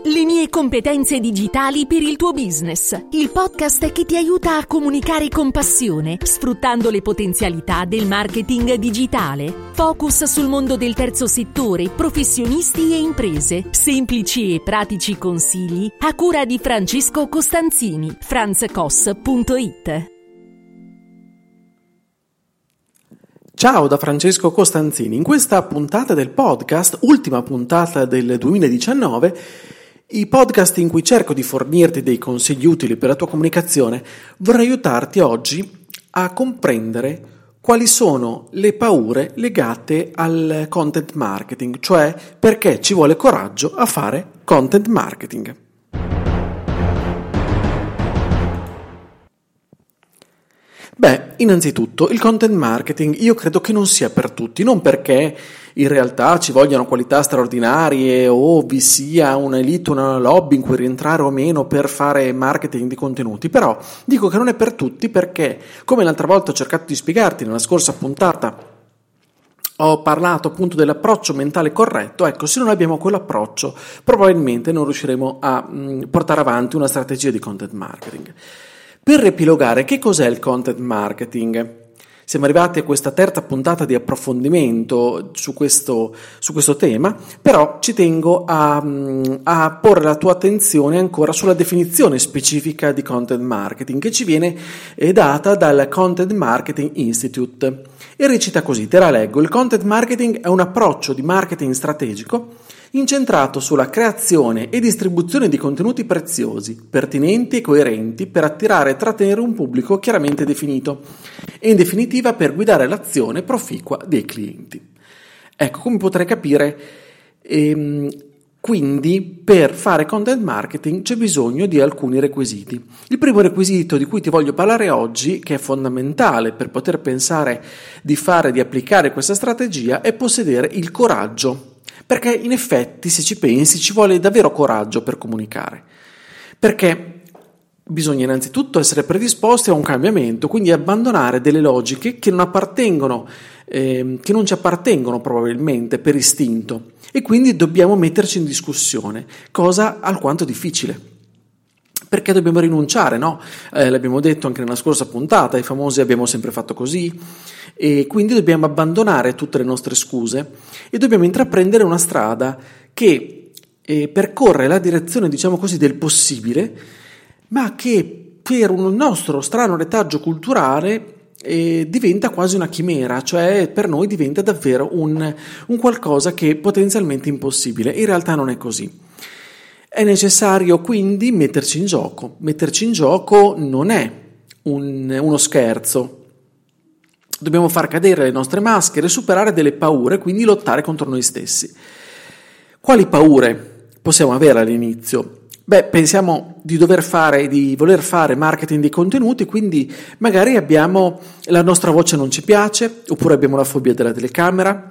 Le mie competenze digitali per il tuo business. Il podcast che ti aiuta a comunicare con passione, sfruttando le potenzialità del marketing digitale. Focus sul mondo del terzo settore, professionisti e imprese. Semplici e pratici consigli a cura di Francesco Costanzini. franzcos.it. Ciao da Francesco Costanzini. In questa puntata del podcast, ultima puntata del 2019, i podcast in cui cerco di fornirti dei consigli utili per la tua comunicazione, vorrei aiutarti oggi a comprendere quali sono le paure legate al content marketing, cioè perché ci vuole coraggio a fare content marketing. Beh, innanzitutto il content marketing io credo che non sia per tutti, non perché in realtà ci vogliano qualità straordinarie o vi sia un'elite, una lobby in cui rientrare o meno per fare marketing di contenuti, però dico che non è per tutti perché, come l'altra volta ho cercato di spiegarti nella scorsa puntata, ho parlato appunto dell'approccio mentale corretto. Ecco, se non abbiamo quell'approccio probabilmente non riusciremo a portare avanti una strategia di content marketing. Per riepilogare, che cos'è il content marketing? Siamo arrivati a questa terza puntata di approfondimento su questo tema, però ci tengo a porre la tua attenzione ancora sulla definizione specifica di content marketing che ci viene data dal Content Marketing Institute e recita così, te la leggo: il content marketing è un approccio di marketing strategico incentrato sulla creazione e distribuzione di contenuti preziosi, pertinenti e coerenti per attirare e trattenere un pubblico chiaramente definito e in definitiva per guidare l'azione proficua dei clienti. Ecco, come potrai capire, quindi per fare content marketing c'è bisogno di alcuni requisiti. Il primo requisito di cui ti voglio parlare oggi, che è fondamentale per poter pensare di applicare questa strategia, è possedere il coraggio. Perché in effetti, se ci pensi, ci vuole davvero coraggio per comunicare. Perché bisogna innanzitutto essere predisposti a un cambiamento, quindi abbandonare delle logiche che non ci appartengono probabilmente per istinto, e quindi dobbiamo metterci in discussione, cosa alquanto difficile. Perché dobbiamo rinunciare, no? L'abbiamo detto anche nella scorsa puntata, i famosi abbiamo sempre fatto così, e quindi dobbiamo abbandonare tutte le nostre scuse e dobbiamo intraprendere una strada che percorre la direzione, diciamo così, del possibile, ma che per un nostro strano retaggio culturale diventa quasi una chimera, cioè per noi diventa davvero un qualcosa che è potenzialmente impossibile. In realtà non è così. È necessario quindi metterci in gioco. Metterci in gioco non è uno scherzo. Dobbiamo far cadere le nostre maschere, superare delle paure, quindi lottare contro noi stessi. Quali paure possiamo avere all'inizio? Beh, pensiamo di voler fare marketing di contenuti, quindi magari la nostra voce non ci piace, oppure abbiamo la fobia della telecamera,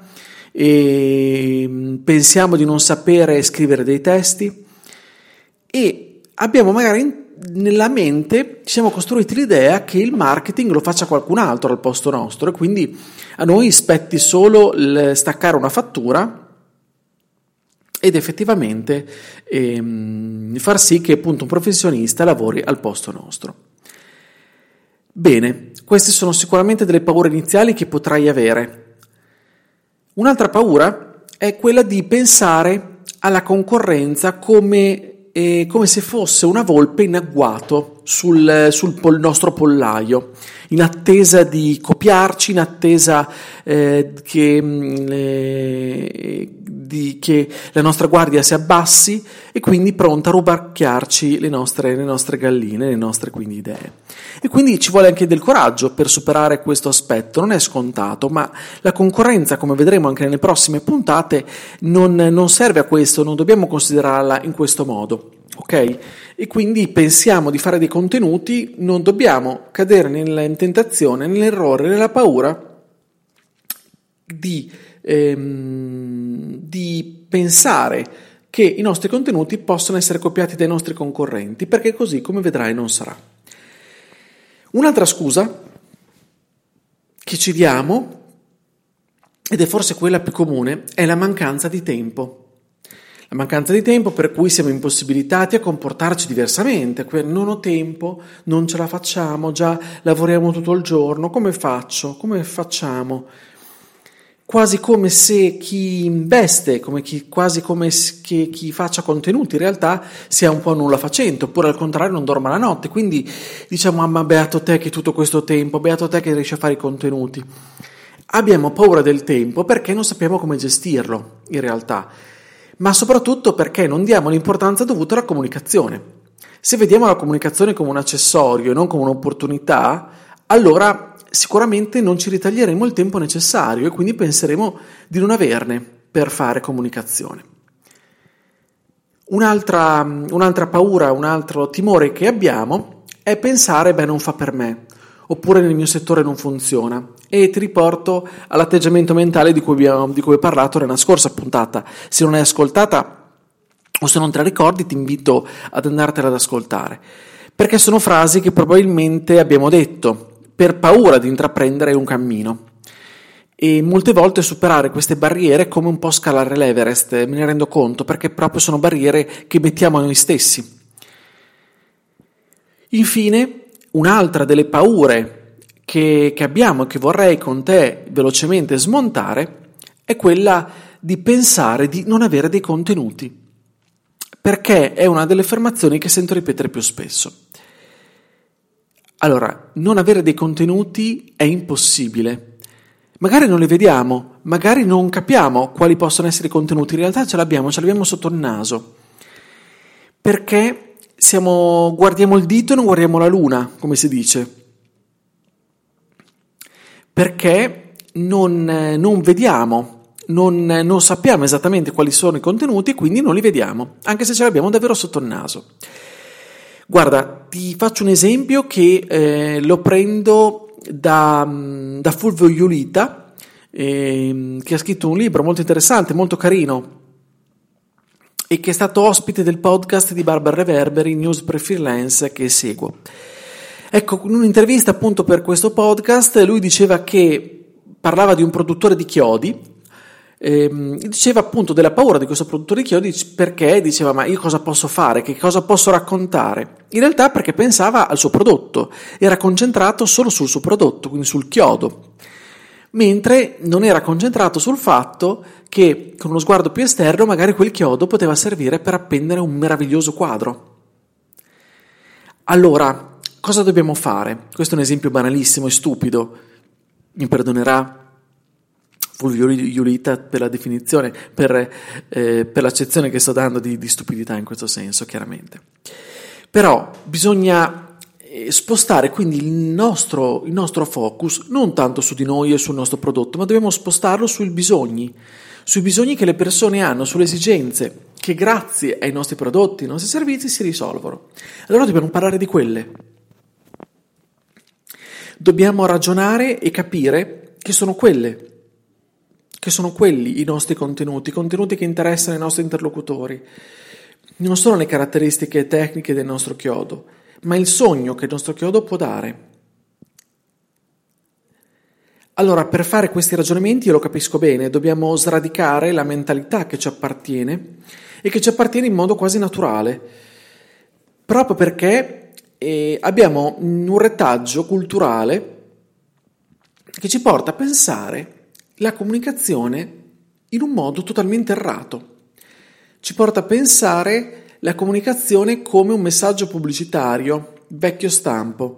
e pensiamo di non sapere scrivere dei testi, e abbiamo magari nella mente, ci siamo costruiti l'idea che il marketing lo faccia qualcun altro al posto nostro, e quindi a noi spetti solo staccare una fattura ed effettivamente far sì che appunto un professionista lavori al posto nostro. Bene, queste sono sicuramente delle paure iniziali che potrai avere. Un'altra paura è quella di pensare alla concorrenza come se fosse una volpe in agguato sul nostro pollaio, in attesa di copiarci, in attesa che la nostra guardia si abbassi, e quindi pronta a rubacchiarci le nostre galline, le nostre quindi idee. E quindi ci vuole anche del coraggio per superare questo aspetto. Non è scontato, ma la concorrenza, come vedremo anche nelle prossime puntate, non serve a questo, non dobbiamo considerarla in questo modo. Ok? E quindi pensiamo di fare dei contenuti, non dobbiamo cadere nella tentazione, nell'errore, nella paura di pensare che i nostri contenuti possono essere copiati dai nostri concorrenti, perché così, come vedrai, non sarà. Un'altra scusa che ci diamo, ed è forse quella più comune, è la mancanza di tempo. La mancanza di tempo per cui siamo impossibilitati a comportarci diversamente. Non ho tempo, non ce la facciamo, già lavoriamo tutto il giorno, come faccio? Come facciamo? Quasi come se chi investe, quasi come che chi faccia contenuti in realtà sia un po' nulla facente, oppure al contrario non dorma la notte, quindi diciamo ma beato te che tutto questo tempo, beato te che riesci a fare i contenuti. Abbiamo paura del tempo perché non sappiamo come gestirlo in realtà, ma soprattutto perché non diamo l'importanza dovuta alla comunicazione. Se vediamo la comunicazione come un accessorio e non come un'opportunità, allora sicuramente non ci ritaglieremo il tempo necessario e quindi penseremo di non averne per fare comunicazione. Un'altra paura, un altro timore che abbiamo è pensare non fa per me, oppure nel mio settore non funziona, e ti riporto all'atteggiamento mentale di cui ho parlato nella scorsa puntata. Se non l'hai ascoltata o se non te la ricordi ti invito ad andartela ad ascoltare, perché sono frasi che probabilmente abbiamo detto per paura di intraprendere un cammino, e molte volte superare queste barriere è come un po' scalare l'Everest, me ne rendo conto, perché proprio sono barriere che mettiamo a noi stessi. Infine, un'altra delle paure che abbiamo e che vorrei con te velocemente smontare è quella di pensare di non avere dei contenuti, perché è una delle affermazioni che sento ripetere più spesso. Allora, non avere dei contenuti è impossibile. Magari non li vediamo, magari non capiamo quali possono essere i contenuti, in realtà ce l'abbiamo sotto il naso. Perché guardiamo il dito e non guardiamo la luna, come si dice. Perché non vediamo, non sappiamo esattamente quali sono i contenuti e quindi non li vediamo, anche se ce l'abbiamo davvero sotto il naso. Guarda, ti faccio un esempio che lo prendo da Fulvio Iulita, che ha scritto un libro molto interessante, molto carino, e che è stato ospite del podcast di Barbara Reverberi, News per Freelance, che seguo. Ecco, in un'intervista appunto per questo podcast lui parlava di un produttore di chiodi, diceva appunto della paura di questo produttore di chiodi, perché diceva ma io cosa posso fare, che cosa posso raccontare? In realtà perché pensava al suo prodotto, era concentrato solo sul suo prodotto, quindi sul chiodo, mentre non era concentrato sul fatto che con uno sguardo più esterno magari quel chiodo poteva servire per appendere un meraviglioso quadro. Allora, cosa dobbiamo fare? Questo è un esempio banalissimo e stupido, mi perdonerà Fulvio Iulita per la definizione, per l'accezione che sto dando di stupidità in questo senso, chiaramente. Però bisogna spostare quindi il nostro focus non tanto su di noi e sul nostro prodotto, ma dobbiamo spostarlo sui bisogni che le persone hanno, sulle esigenze che grazie ai nostri prodotti, ai nostri servizi si risolvono. Allora dobbiamo parlare di quelle. Dobbiamo ragionare e capire che sono quelli i nostri contenuti che interessano i nostri interlocutori. Non sono le caratteristiche tecniche del nostro chiodo, ma il sogno che il nostro chiodo può dare. Allora, per fare questi ragionamenti, io lo capisco bene, dobbiamo sradicare la mentalità che ci appartiene e che ci appartiene in modo quasi naturale, proprio perché abbiamo un retaggio culturale che ci porta a pensare la comunicazione in un modo totalmente errato. Ci porta a pensare la comunicazione come un messaggio pubblicitario, vecchio stampo.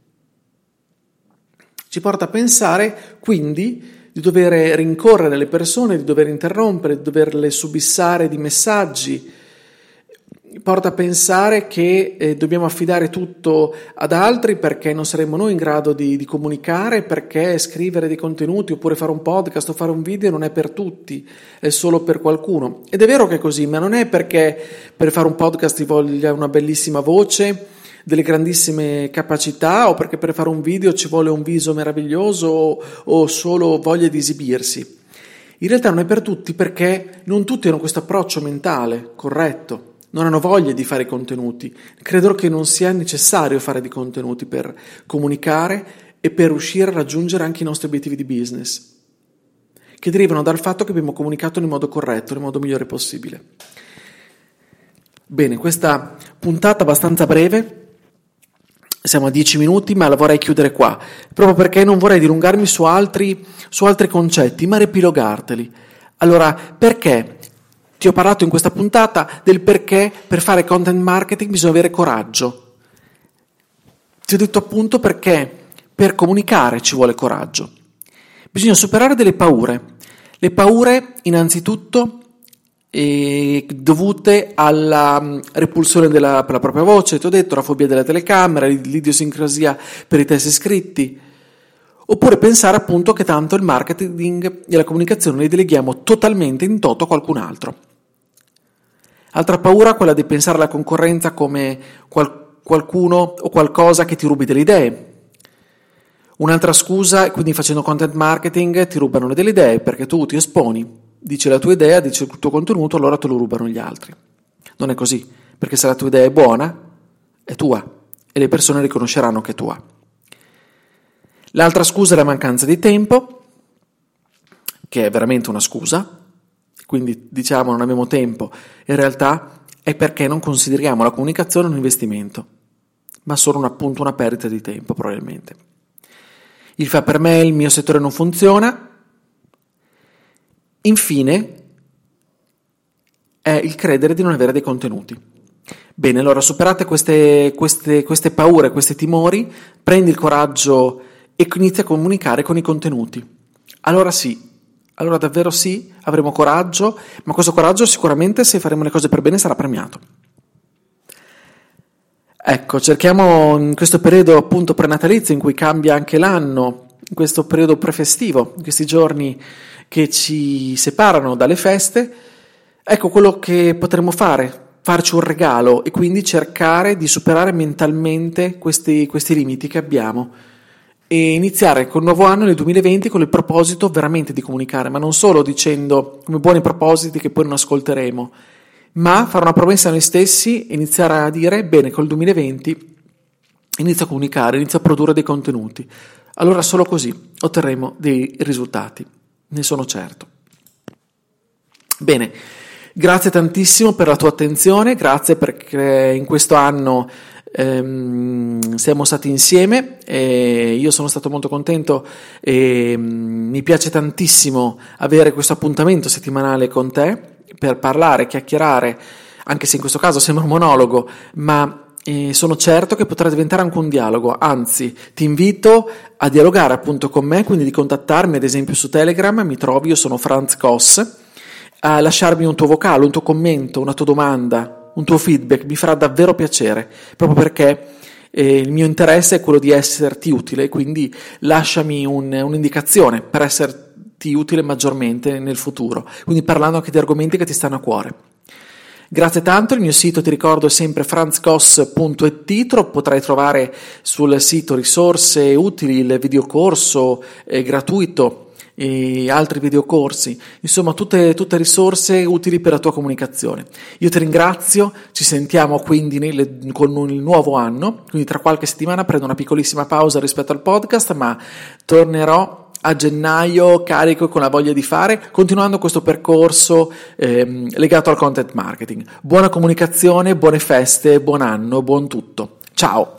Ci porta a pensare quindi di dover rincorrere le persone, di dover interrompere, di doverle subissare di messaggi. Porta a pensare che dobbiamo affidare tutto ad altri perché non saremo noi in grado di comunicare, perché scrivere dei contenuti oppure fare un podcast o fare un video non è per tutti, è solo per qualcuno. Ed è vero che è così, ma non è perché per fare un podcast ti voglia una bellissima voce, delle grandissime capacità, o perché per fare un video ci vuole un viso meraviglioso o solo voglia di esibirsi. In realtà non è per tutti, perché non tutti hanno questo approccio mentale corretto. Non hanno voglia di fare contenuti, credo che non sia necessario fare di contenuti per comunicare e per riuscire a raggiungere anche i nostri obiettivi di business, che derivano dal fatto che abbiamo comunicato nel modo corretto, nel modo migliore possibile. Bene, questa puntata abbastanza breve, siamo a 10 minuti, ma la vorrei chiudere qua, proprio perché non vorrei dilungarmi su altri concetti, ma riepilogarteli. Allora, perché? Ti ho parlato in questa puntata del perché per fare content marketing bisogna avere coraggio. Ti ho detto appunto perché per comunicare ci vuole coraggio. Bisogna superare delle paure. Le paure, innanzitutto, dovute alla repulsione per la propria voce, ti ho detto, la fobia della telecamera, l'idiosincrasia per i testi scritti, oppure pensare appunto che tanto il marketing e la comunicazione li deleghiamo totalmente in toto a qualcun altro. Altra paura è quella di pensare alla concorrenza come qualcuno o qualcosa che ti rubi delle idee. Un'altra scusa, quindi facendo content marketing ti rubano delle idee perché tu ti esponi, dici la tua idea, dici il tuo contenuto, allora te lo rubano gli altri. Non è così, perché se la tua idea è buona, è tua e le persone riconosceranno che è tua. L'altra scusa è la mancanza di tempo, che è veramente una scusa, quindi diciamo non abbiamo tempo, in realtà è perché non consideriamo la comunicazione un investimento, ma solo appunto una perdita di tempo probabilmente. Il fa per me, il mio settore non funziona. Infine è il credere di non avere dei contenuti. Bene, allora superate queste paure, questi timori, prendi il coraggio e inizi a comunicare con i contenuti. Allora sì, allora davvero sì, avremo coraggio, ma questo coraggio sicuramente, se faremo le cose per bene, sarà premiato. Ecco, cerchiamo in questo periodo appunto prenatalizio in cui cambia anche l'anno, in questo periodo prefestivo, in questi giorni che ci separano dalle feste, ecco quello che potremmo fare, farci un regalo e quindi cercare di superare mentalmente questi limiti che abbiamo e iniziare col nuovo anno nel 2020 con il proposito veramente di comunicare, ma non solo dicendo come buoni propositi che poi non ascolteremo, ma fare una promessa a noi stessi e iniziare a dire, bene, col 2020 inizio a comunicare, inizio a produrre dei contenuti. Allora solo così otterremo dei risultati, ne sono certo. Bene, grazie tantissimo per la tua attenzione, grazie perché in questo anno siamo stati insieme e io sono stato molto contento e mi piace tantissimo avere questo appuntamento settimanale con te per parlare, chiacchierare, anche se in questo caso sembra un monologo, ma sono certo che potrà diventare anche un dialogo, anzi ti invito a dialogare appunto con me, quindi di contattarmi ad esempio su Telegram, mi trovi, io sono Franz Koss, a lasciarmi un tuo vocale, un tuo commento, una tua domanda, un tuo feedback, mi farà davvero piacere, proprio perché il mio interesse è quello di esserti utile, quindi lasciami un'indicazione per esserti utile maggiormente nel futuro, quindi parlando anche di argomenti che ti stanno a cuore. Grazie tanto, il mio sito ti ricordo è sempre franzkoss.it, potrai trovare sul sito risorse utili, il videocorso gratuito e altri videocorsi, insomma tutte risorse utili per la tua comunicazione. Io ti ringrazio, ci sentiamo quindi con il nuovo anno, quindi tra qualche settimana prendo una piccolissima pausa rispetto al podcast, ma tornerò a gennaio carico e con la voglia di fare, continuando questo percorso legato al content marketing. Buona comunicazione, buone feste, buon anno, buon tutto. Ciao!